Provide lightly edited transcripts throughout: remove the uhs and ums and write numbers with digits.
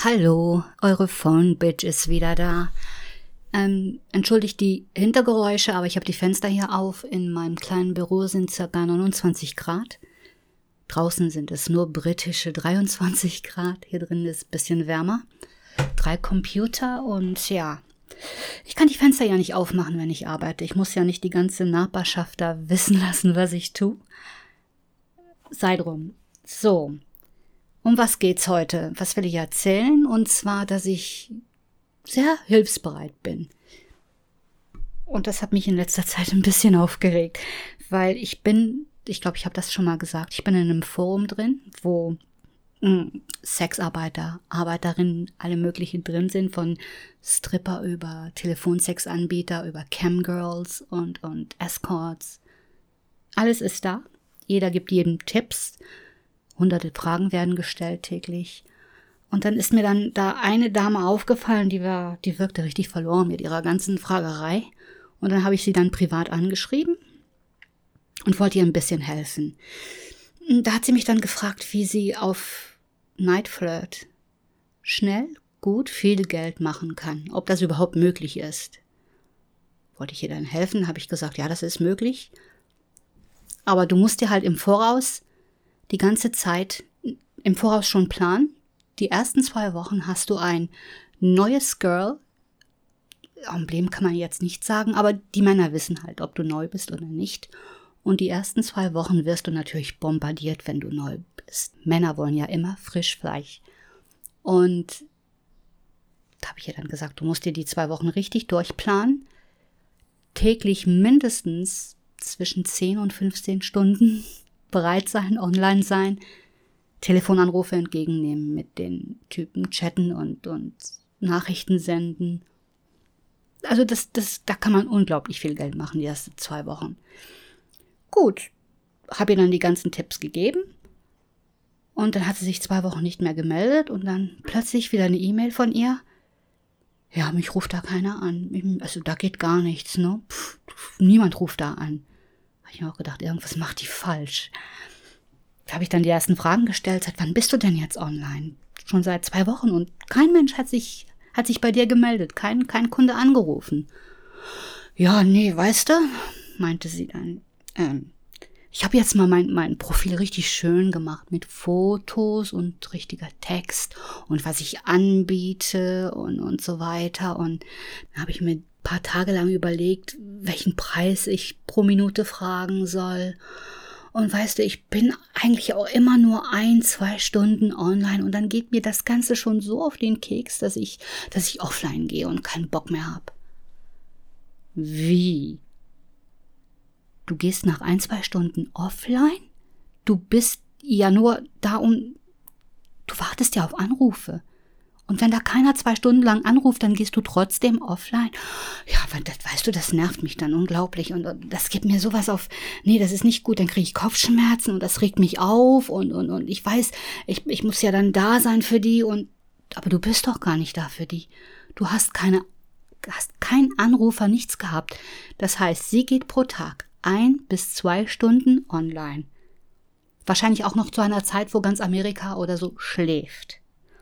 Hallo, eure Phone-Bitch ist wieder da. Entschuldigt die Hintergeräusche, aber ich habe die Fenster hier auf. In meinem kleinen Büro sind ca. 29 Grad. Draußen sind es nur britische 23 Grad. Hier drin ist es ein bisschen wärmer. 3 Computer und ja, ich kann die Fenster ja nicht aufmachen, wenn ich arbeite. Ich muss ja nicht die ganze Nachbarschaft da wissen lassen, was ich tue. Sei drum. So, um was geht's heute? Was will ich erzählen? Und zwar, dass ich sehr hilfsbereit bin. Und das hat mich in letzter Zeit ein bisschen aufgeregt, weil ich glaube, ich habe das schon mal gesagt, ich bin in einem Forum drin, wo Sexarbeiter, Arbeiterinnen, alle möglichen drin sind, von Stripper über Telefonsexanbieter, über Camgirls und Escorts. Alles ist da. Jeder gibt jedem Tipps. Hunderte Fragen werden gestellt täglich. Und dann ist mir dann da eine Dame aufgefallen, die wirkte richtig verloren mit ihrer ganzen Fragerei. Und dann habe ich sie dann privat angeschrieben und wollte ihr ein bisschen helfen. Da hat sie mich dann gefragt, wie sie auf Nightflirt schnell, gut, viel Geld machen kann. Ob das überhaupt möglich ist. Wollte ich ihr dann helfen, habe ich gesagt, ja, das ist möglich. Aber du musst dir halt im Voraus die ganze Zeit im Voraus schon planen. Die ersten 2 Wochen hast du ein neues Girl. Emblem kann man jetzt nicht sagen, aber die Männer wissen halt, ob du neu bist oder nicht. Und die ersten 2 Wochen wirst du natürlich bombardiert, wenn du neu bist. Männer wollen ja immer Frischfleisch. Und da habe ich ihr dann gesagt, du musst dir die 2 Wochen richtig durchplanen. Täglich mindestens zwischen 10 und 15 Stunden bereit sein, online sein. Telefonanrufe entgegennehmen, mit den Typen chatten und Nachrichten senden. Also da kann man unglaublich viel Geld machen, die ersten 2 Wochen. Gut, habe ihr dann die ganzen Tipps gegeben und dann hat sie sich 2 Wochen nicht mehr gemeldet und dann plötzlich wieder eine E-Mail von ihr. Ja, mich ruft da keiner an. Also da geht gar nichts, ne? Niemand ruft da an. Habe ich mir auch gedacht, irgendwas macht die falsch. Da habe ich dann die ersten Fragen gestellt, seit wann bist du denn jetzt online? Schon seit 2 Wochen und kein Mensch hat sich bei dir gemeldet, kein Kunde angerufen. Ja, nee, weißt du, meinte sie dann, ich habe jetzt mal mein Profil richtig schön gemacht mit Fotos und richtiger Text und was ich anbiete und so weiter. Und dann habe ich mir ein paar Tage lang überlegt, welchen Preis ich pro Minute fragen soll. Und weißt du, ich bin eigentlich auch immer nur 1-2 Stunden online und dann geht mir das Ganze schon so auf den Keks, dass ich offline gehe und keinen Bock mehr habe. Wie? Du gehst nach 1-2 Stunden offline? Du bist ja nur da du wartest ja auf Anrufe. Und wenn da keiner 2 Stunden lang anruft, dann gehst du trotzdem offline. Ja, das, weißt du, das nervt mich dann unglaublich. Und das gibt mir sowas auf, nee, das ist nicht gut. Dann kriege ich Kopfschmerzen und das regt mich auf. Und ich weiß, ich muss ja dann da sein für die. Aber du bist doch gar nicht da für die. Du hast keinen Anrufer, nichts gehabt. Das heißt, sie geht pro Tag 1 bis 2 Stunden online. Wahrscheinlich auch noch zu einer Zeit, wo ganz Amerika oder so schläft.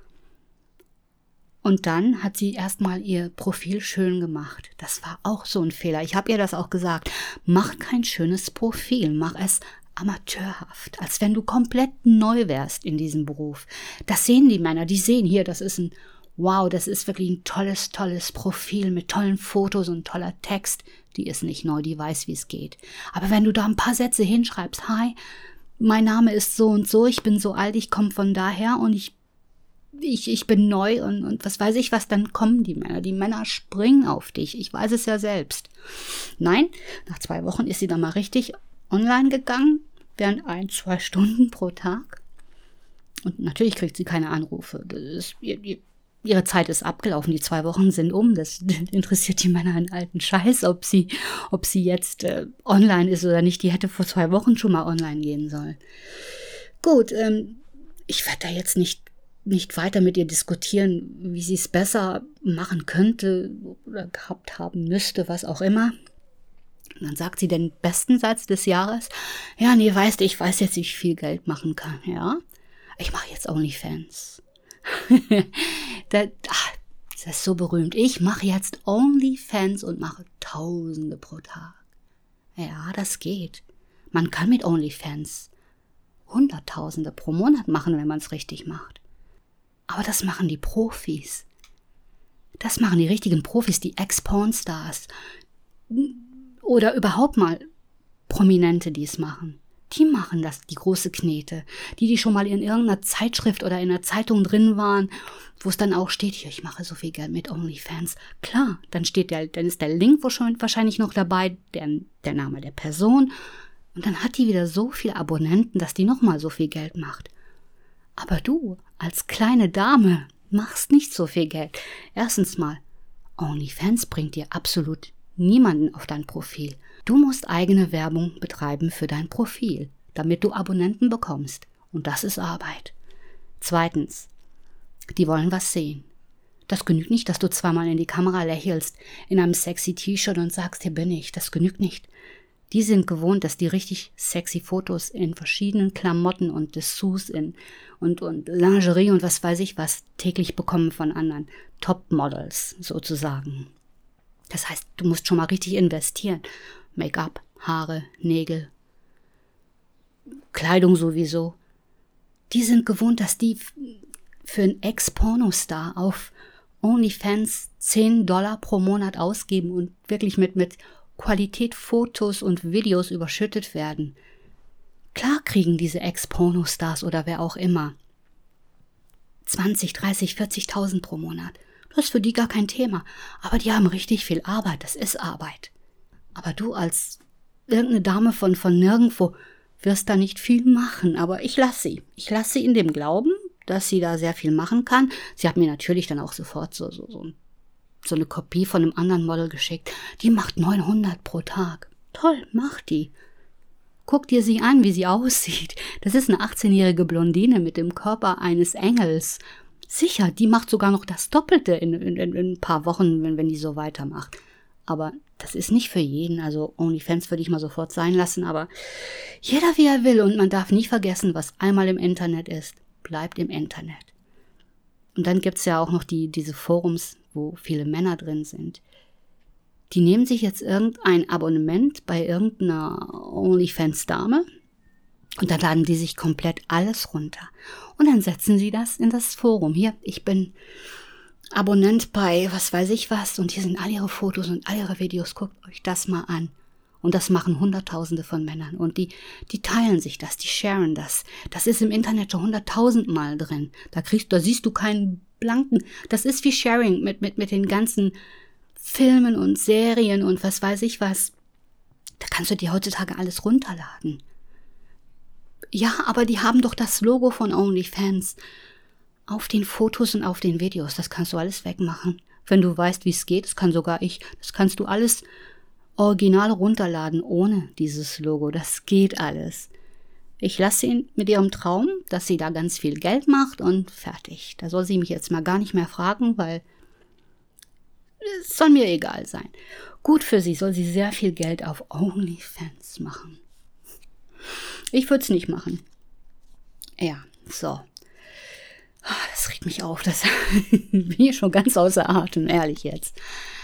Und dann hat sie erstmal ihr Profil schön gemacht. Das war auch so ein Fehler. Ich habe ihr das auch gesagt. Mach kein schönes Profil. Mach es amateurhaft. Als wenn du komplett neu wärst in diesem Beruf. Das sehen die Männer. Die sehen hier, das ist wirklich ein tolles Profil mit tollen Fotos und toller Text. Die ist nicht neu, die weiß, wie es geht. Aber wenn du da ein paar Sätze hinschreibst, hi, mein Name ist so und so, ich bin so alt, ich komme von daher und ich bin neu und was weiß ich was, dann kommen die Männer. Die Männer springen auf dich. Ich weiß es ja selbst. Nein, nach 2 Wochen ist sie dann mal richtig online gegangen, während 1-2 Stunden pro Tag. Und natürlich kriegt sie keine Anrufe. Ihre Zeit ist abgelaufen, die 2 Wochen sind um. Das interessiert die Männer einen alten Scheiß, ob sie jetzt online ist oder nicht. Die hätte vor 2 Wochen schon mal online gehen sollen. Gut, ich werde da jetzt nicht weiter mit ihr diskutieren, wie sie es besser machen könnte oder gehabt haben müsste, was auch immer. Und dann sagt sie den besten Satz des Jahres. Ja, nee, weißt du, ich weiß jetzt, wie ich viel Geld machen kann, ja. Ich mache jetzt OnlyFans. Das ist so berühmt. Ich mache jetzt OnlyFans und mache Tausende pro Tag. Ja, das geht. Man kann mit OnlyFans Hunderttausende pro Monat machen, wenn man es richtig macht. Aber das machen die Profis. Das machen die richtigen Profis, die Ex-Pornstars. Oder überhaupt mal Prominente, die es machen. Die machen das, die große Knete. Die schon mal in irgendeiner Zeitschrift oder in einer Zeitung drin waren, wo es dann auch steht, hier, ich mache so viel Geld mit OnlyFans. Klar, dann ist der Link wahrscheinlich noch dabei, der Name der Person. Und dann hat die wieder so viele Abonnenten, dass die nochmal so viel Geld macht. Aber du, als kleine Dame, machst nicht so viel Geld. Erstens mal, OnlyFans bringt dir absolut niemanden auf dein Profil. Du musst eigene Werbung betreiben für dein Profil, damit du Abonnenten bekommst. Und das ist Arbeit. Zweitens, die wollen was sehen. Das genügt nicht, dass du zweimal in die Kamera lächelst, in einem sexy T-Shirt und sagst, hier bin ich. Das genügt nicht. Die sind gewohnt, dass die richtig sexy Fotos in verschiedenen Klamotten und Dessous und Lingerie und was weiß ich was täglich bekommen von anderen Topmodels sozusagen. Das heißt, du musst schon mal richtig investieren. Make-up, Haare, Nägel, Kleidung sowieso. Die sind gewohnt, dass die für einen Ex-Pornostar auf OnlyFans $10 pro Monat ausgeben und wirklich mit Qualität Fotos und Videos überschüttet werden. Klar kriegen diese Ex-Pornostars oder wer auch immer 20, 30, 40.000 pro Monat. Das ist für die gar kein Thema. Aber die haben richtig viel Arbeit. Das ist Arbeit. Aber du als irgendeine Dame von nirgendwo wirst da nicht viel machen. Aber ich lasse sie. Ich lasse sie in dem Glauben, dass sie da sehr viel machen kann. Sie hat mir natürlich dann auch sofort so eine Kopie von einem anderen Model geschickt. Die macht 900 pro Tag. Toll, macht die. Guck dir sie an, wie sie aussieht. Das ist eine 18-jährige Blondine mit dem Körper eines Engels. Sicher, die macht sogar noch das Doppelte in ein paar Wochen, wenn die so weitermacht. Aber das ist nicht für jeden. Also OnlyFans würde ich mal sofort sein lassen. Aber jeder wie er will. Und man darf nie vergessen, was einmal im Internet ist, bleibt im Internet. Und dann gibt's ja auch noch diese Forums, wo viele Männer drin sind. Die nehmen sich jetzt irgendein Abonnement bei irgendeiner OnlyFans-Dame und dann laden die sich komplett alles runter. Und dann setzen sie das in das Forum. Hier, ich bin Abonnent bei was weiß ich was und hier sind all ihre Fotos und all ihre Videos. Guckt euch das mal an. Und das machen Hunderttausende von Männern. Und die teilen sich das, die sharen das. Das ist im Internet schon 100.000 Mal drin. Da siehst du keinen blanken. Das ist wie Sharing mit den ganzen Filmen und Serien und was weiß ich was. Da kannst du dir heutzutage alles runterladen. Ja, aber die haben doch das Logo von OnlyFans auf den Fotos und auf den Videos. Das kannst du alles wegmachen. Wenn du weißt, wie es geht, das kann sogar ich. Das kannst du alles original runterladen ohne dieses Logo. Das geht alles. Ich lasse sie mit ihrem Traum, dass sie da ganz viel Geld macht und fertig. Da soll sie mich jetzt mal gar nicht mehr fragen, weil es soll mir egal sein. Gut für sie, soll sie sehr viel Geld auf OnlyFans machen. Ich würde es nicht machen. Ja, so. Das regt mich auf. Das bin ich schon ganz außer Atem, ehrlich jetzt.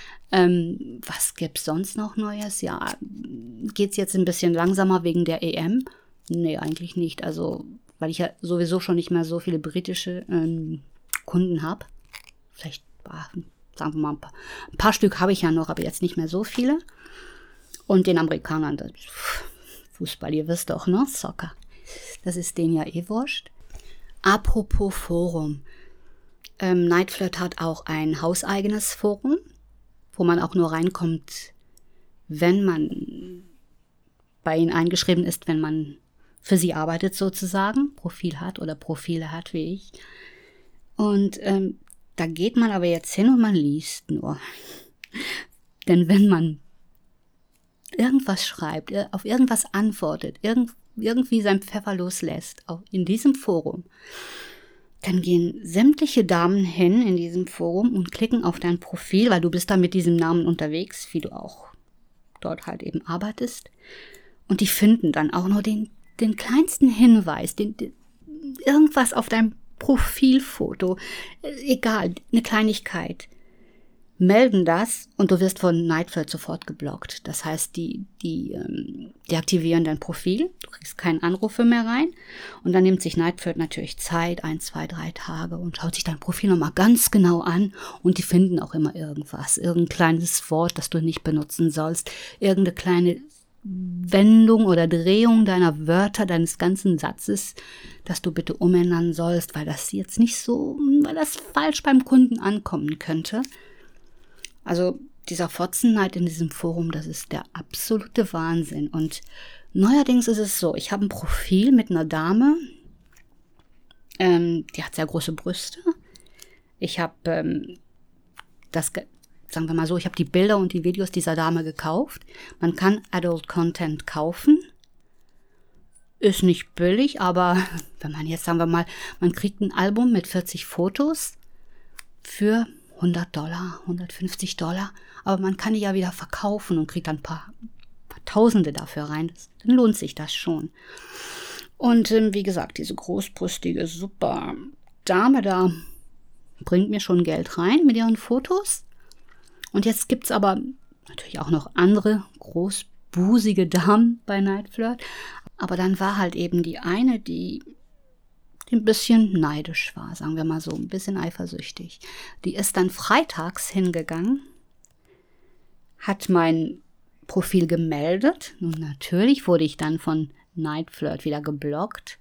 Was gibt's sonst noch Neues? Ja, geht's jetzt ein bisschen langsamer wegen der EM? Nee, eigentlich nicht. Also, weil ich ja sowieso schon nicht mehr so viele britische Kunden habe. Vielleicht, sagen wir mal, ein paar Stück habe ich ja noch, aber jetzt nicht mehr so viele. Und den Amerikanern, Fußball, ihr wisst doch, ne? Soccer. Das ist denen ja eh wurscht. Apropos Forum. Nightflirt hat auch ein hauseigenes Forum, wo man auch nur reinkommt, wenn man bei ihnen eingeschrieben ist, wenn man für sie arbeitet sozusagen, Profil hat oder Profile hat wie ich. Und da geht man aber jetzt hin und man liest nur. Denn wenn man irgendwas schreibt, auf irgendwas antwortet, irgendwie seinen Pfeffer loslässt, auch in diesem Forum, dann gehen sämtliche Damen hin in diesem Forum und klicken auf dein Profil, weil du bist da mit diesem Namen unterwegs, wie du auch dort halt eben arbeitest. Und die finden dann auch nur den kleinsten Hinweis, irgendwas auf deinem Profilfoto, egal, eine Kleinigkeit, melden das und du wirst von Nightflirt sofort geblockt. Das heißt, die deaktivieren dein Profil, du kriegst keine Anrufe mehr rein und dann nimmt sich Nightflirt natürlich Zeit, 1, 2, 3 Tage und schaut sich dein Profil nochmal ganz genau an und die finden auch immer irgendwas, irgendein kleines Wort, das du nicht benutzen sollst, irgendeine kleine Wendung oder Drehung deiner Wörter, deines ganzen Satzes, dass du bitte umändern sollst, weil das jetzt nicht so, weil das falsch beim Kunden ankommen könnte. Also dieser Fotzenneid in diesem Forum, das ist der absolute Wahnsinn. Und neuerdings ist es so, ich habe ein Profil mit einer Dame, die hat sehr große Brüste. Ich habe sagen wir mal so, ich habe die Bilder und die Videos dieser Dame gekauft. Man kann Adult Content kaufen. Ist nicht billig, aber wenn man jetzt, sagen wir mal, man kriegt ein Album mit 40 Fotos für $100, $150, aber man kann die ja wieder verkaufen und kriegt dann ein paar Tausende dafür rein. Dann lohnt sich das schon. Und wie gesagt, diese großbrüstige, super Dame da bringt mir schon Geld rein mit ihren Fotos. Und jetzt gibt's aber natürlich auch noch andere großbusige Damen bei Nightflirt. Aber dann war halt eben die eine, die ein bisschen neidisch war, sagen wir mal so, ein bisschen eifersüchtig. Die ist dann freitags hingegangen, hat mein Profil gemeldet. Nun natürlich wurde ich dann von Nightflirt wieder geblockt.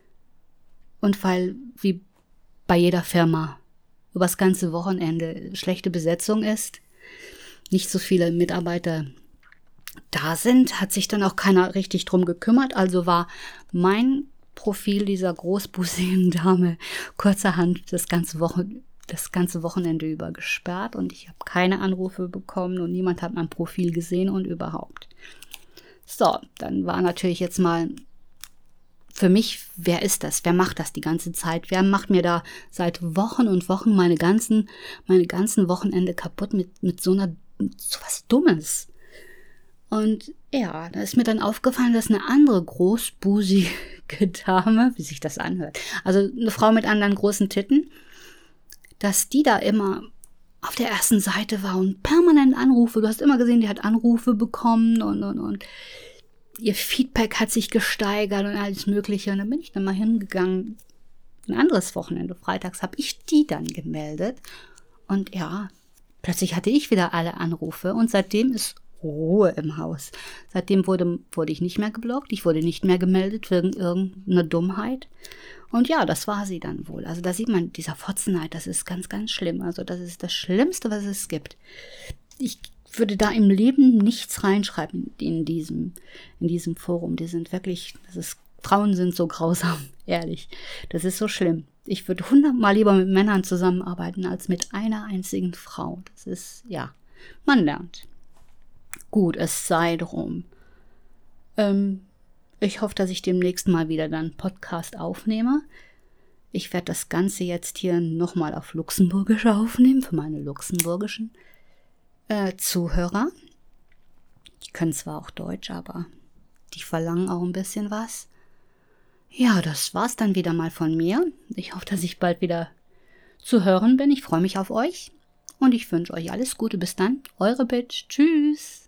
Und weil, wie bei jeder Firma, übers ganze Wochenende schlechte Besetzung ist, nicht so viele Mitarbeiter da sind, hat sich dann auch keiner richtig drum gekümmert. Also war mein Profil dieser großbusigen Dame kurzerhand das ganze Wochenende über gesperrt und ich habe keine Anrufe bekommen und niemand hat mein Profil gesehen und überhaupt. So, dann war natürlich jetzt mal für mich, wer ist das? Wer macht das die ganze Zeit? Wer macht mir da seit Wochen und Wochen meine ganzen Wochenende kaputt mit so was Dummes? Und ja, da ist mir dann aufgefallen, dass eine andere großbusige Dame, wie sich das anhört, also eine Frau mit anderen großen Titten, dass die da immer auf der ersten Seite war und permanent Anrufe, du hast immer gesehen, die hat Anrufe bekommen und ihr Feedback hat sich gesteigert und alles Mögliche. Und dann bin ich dann mal hingegangen, ein anderes Wochenende, freitags, habe ich die dann gemeldet und ja, plötzlich hatte ich wieder alle Anrufe und seitdem ist Ruhe im Haus. Seitdem wurde ich nicht mehr geblockt, ich wurde nicht mehr gemeldet wegen irgendeiner Dummheit. Und ja, das war sie dann wohl. Also da sieht man, dieser Fotzenneid, das ist ganz, ganz schlimm. Also das ist das Schlimmste, was es gibt. Ich würde da im Leben nichts reinschreiben in diesem Forum. Die sind wirklich, Frauen sind so grausam, ehrlich. Das ist so schlimm. Ich würde 100-mal lieber mit Männern zusammenarbeiten, als mit einer einzigen Frau. Das ist, ja, man lernt. Gut, es sei drum. Ich hoffe, dass ich demnächst mal wieder dann Podcast aufnehme. Ich werde das Ganze jetzt hier nochmal auf Luxemburgisch aufnehmen, für meine luxemburgischen Zuhörer. Die können zwar auch Deutsch, aber die verlangen auch ein bisschen was. Ja, das war's dann wieder mal von mir. Ich hoffe, dass ich bald wieder zu hören bin. Ich freue mich auf euch und ich wünsche euch alles Gute. Bis dann, eure Bitch. Tschüss.